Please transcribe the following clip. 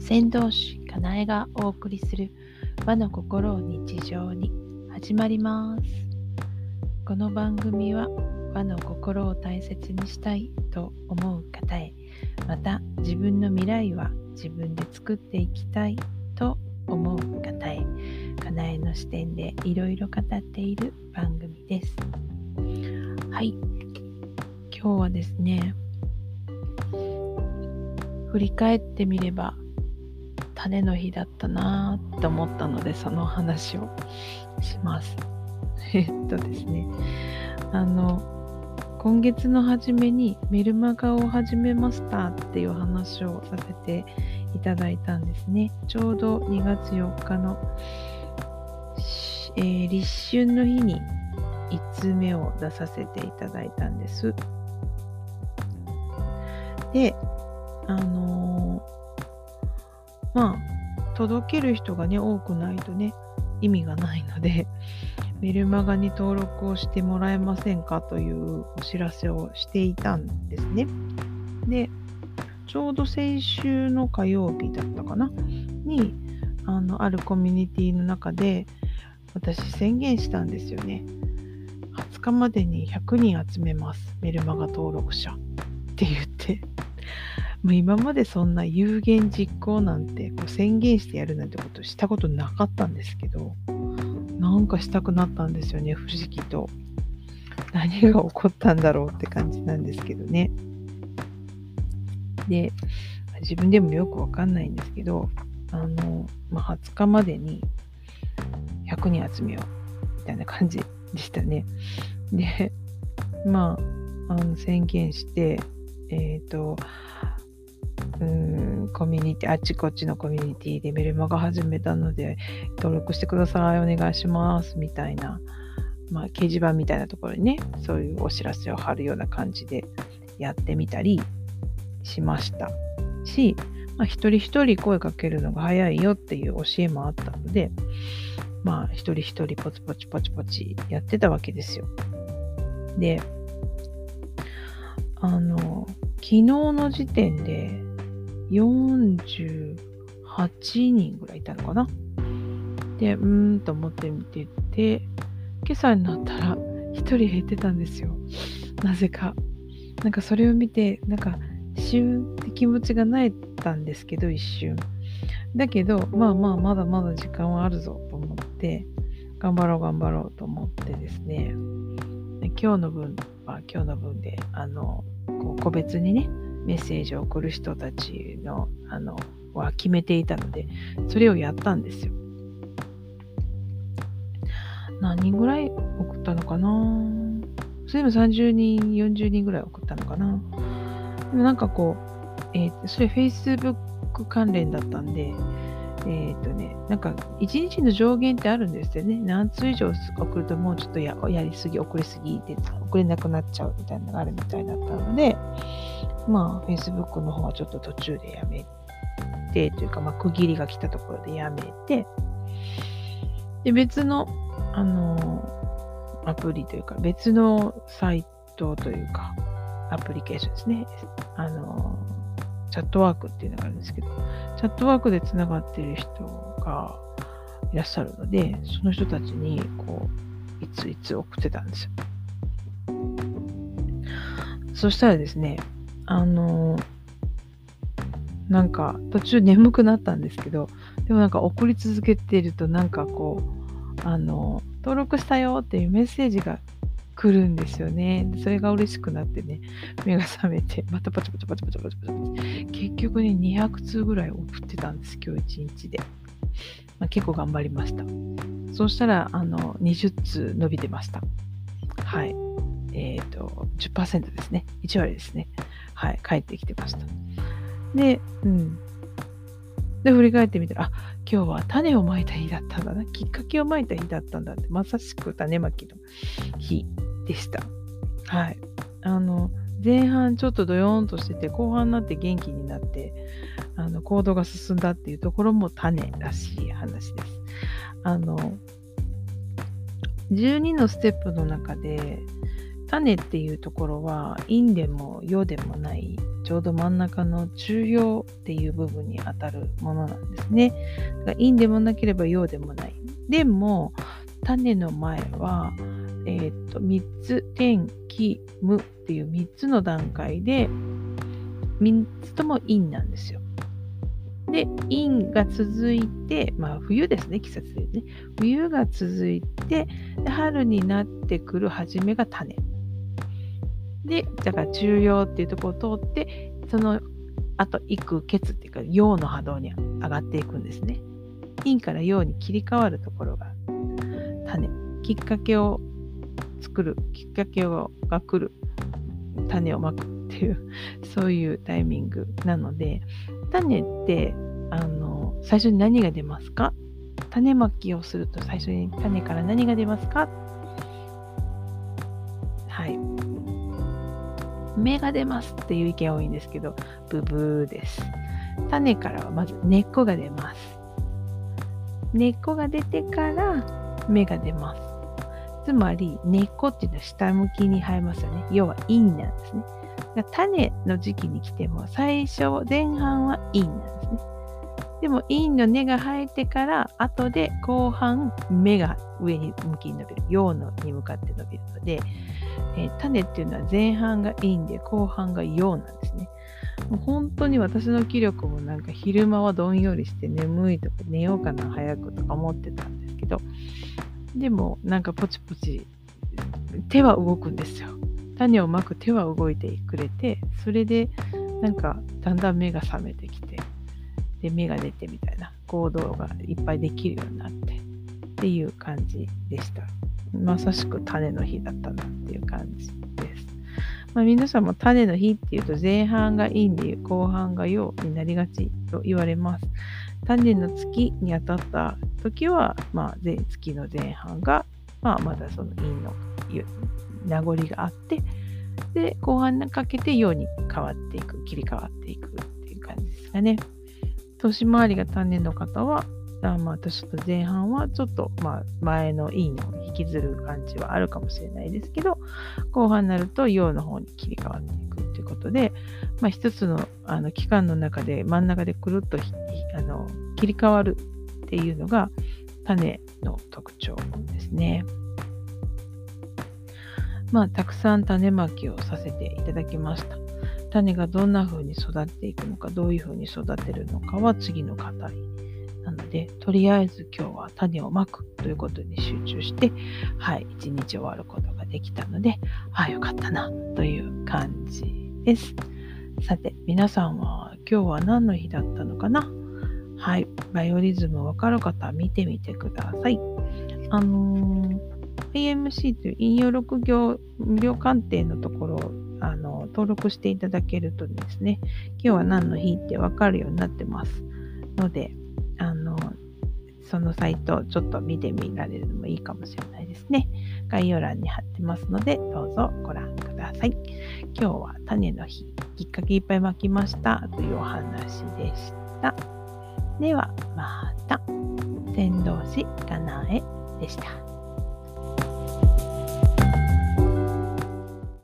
先導師かなえがお送りする和の心を日常に始まります。この番組は和の心を大切にしたいと思う方へ、また自分の未来は自分で作っていきたいと思う方へ、かなえの視点でいろいろ語っている番組です。はい、今日はですね、振り返ってみれば種の日だったなと思ったので、その話をします。ですね、今月の初めにメルマガを始めましたっていう話をさせていただいたんですね。ちょうど2月4日の、立春の日に1通目を出させていただいたんです。で、届ける人がね多くないとね意味がないので、メルマガに登録をしてもらえませんかというお知らせをしていたんですね。で、ちょうど先週の火曜日だったかなにあるコミュニティの中で私宣言したんですよね。20日までに100人集めます、メルマガ登録者って言って、もう今までそんな有言実行なんて宣言してやるなんてことしたことなかったんですけど、なんかしたくなったんですよね、不思議と。何が起こったんだろうって感じなんですけどね。で、自分でもよくわかんないんですけど、20日までに100人集めようみたいな感じでしたね。で、宣言して、コミュニティ、あっちこっちのコミュニティでメルマガ始めたので登録してください、お願いしますみたいな、掲示板みたいなところにね、そういうお知らせを貼るような感じでやってみたりしましたし、一人一人声かけるのが早いよっていう教えもあったので、一人一人ポチポチポチポチやってたわけですよ。で、昨日の時点で48人ぐらいいたのかな。で、と思って見てて、今朝になったら1人減ってたんですよ。なぜか。それを見て、シュンって気持ちが萎えたんですけど、一瞬。だけど、まだまだ時間はあるぞと思って、頑張ろうと思ってですね、今日の分は今日の分で、個別にね、メッセージを送る人たちのは決めていたので、それをやったんですよ。何人ぐらい送ったのかな。それでも30人40人ぐらい送ったのかな。でもそれ Facebook 関連だったんで、1日の上限ってあるんですよね。何通以上送るともうちょっとやりすぎ、送りすぎで送れなくなっちゃうみたいなのがあるみたいだったので、Facebook の方はちょっと途中でやめてというか、区切りが来たところでやめて、で、別の、アプリというか、別のサイトというか、アプリケーションですね。チャットワークっていうのがあるんですけど、チャットワークでつながっている人がいらっしゃるので、その人たちにいつ送ってたんですよ。そしたらですね、途中眠くなったんですけど、でも送り続けていると登録したよっていうメッセージが来るんですよね。それが嬉しくなってね、目が覚めて、またパチパチ結局ね、200通ぐらい送ってたんです、今日1日で。結構頑張りました。そうしたら、20通伸びてました。はい。10% ですね。1割ですね。はい。返ってきてました。で、振り返ってみたら、今日は種をまいた日だったんだな。きっかけをまいた日だったんだって、まさしく種まきの日でした。はい。前半ちょっとドヨーンとしてて、後半になって元気になって、行動が進んだっていうところも種らしい話です。12のステップの中で、 種っていうところは陰でも陽でもないちょうど真ん中の中陽っていう部分にあたるものなんですね。だから陰でもなければ陽でもない。でも種の前は、3つ天気無っていう3つの段階で3つとも陰なんですよ。で、陰が続いて、冬ですね、季節でね。冬が続いて、で春になってくる初めが種。で、だから中陽っていうところを通って、その後、幾血っていうか、陽の波動に上がっていくんですね。陰から陽に切り替わるところが種。きっかけを作る、きっかけが来る、種をまくっていう、そういうタイミングなので、種って最初に何が出ますか？種まきをすると最初に種から何が出ますか？はい。芽が出ますっていう意見多いんですけど、ブブーです。種からはまず根っこが出ます。根っこが出てから芽が出ます。つまり根っこっていうのは下向きに生えますよね。要は陰なんですね。種の時期に来ても最初前半は陰なんですね。でも陰の根が生えてから後で後半芽が上に向きに伸びる、陽のに向かって伸びるので、種っていうのは前半が陰で後半が陽なんですね。もう本当に私の気力もなんか昼間はどんよりして眠いとか寝ようかな早くとか思ってたんですけど、でもなんかポチポチ手は動くんですよ。種をまく手は動いてくれて、それでなんかだんだん目が覚めてきて、で芽が出てみたいな行動がいっぱいできるようになってっていう感じでした。まさしく種の日だったなっていう感じです。皆さんも種の日っていうと前半が陰で後半が陽になりがちと言われます。種の月に当たった時は、月の前半が、まだその陰の名残があって、で後半にかけて陽に変わっていく、切り替わっていくっていう感じですかね。年回りが種の方は、私と前半はちょっと、前の陰を引きずる感じはあるかもしれないですけど、後半になると陽の方に切り替わっていくということで、一つの、期間の中で真ん中でくるっと切り替わるっていうのが種の特徴ですね。たくさん種まきをさせていただきました。種がどんな風に育っていくのか、どういう風に育てるのかは次の課題なので、とりあえず今日は種をまくということに集中して、一日終わることができたので、よかったなという感じです。さて、皆さんは今日は何の日だったのかな？バイオリズムわかる方は見てみてください。AMC という引用6行無料鑑定のところを登録していただけるとですね、今日は何の日ってわかるようになってますので、そのサイトちょっと見てみられるのもいいかもしれないですね。概要欄に貼ってますので、どうぞご覧ください。今日は種の日、きっかけいっぱい巻きましたというお話でした。ではまた。天童師かなえでした。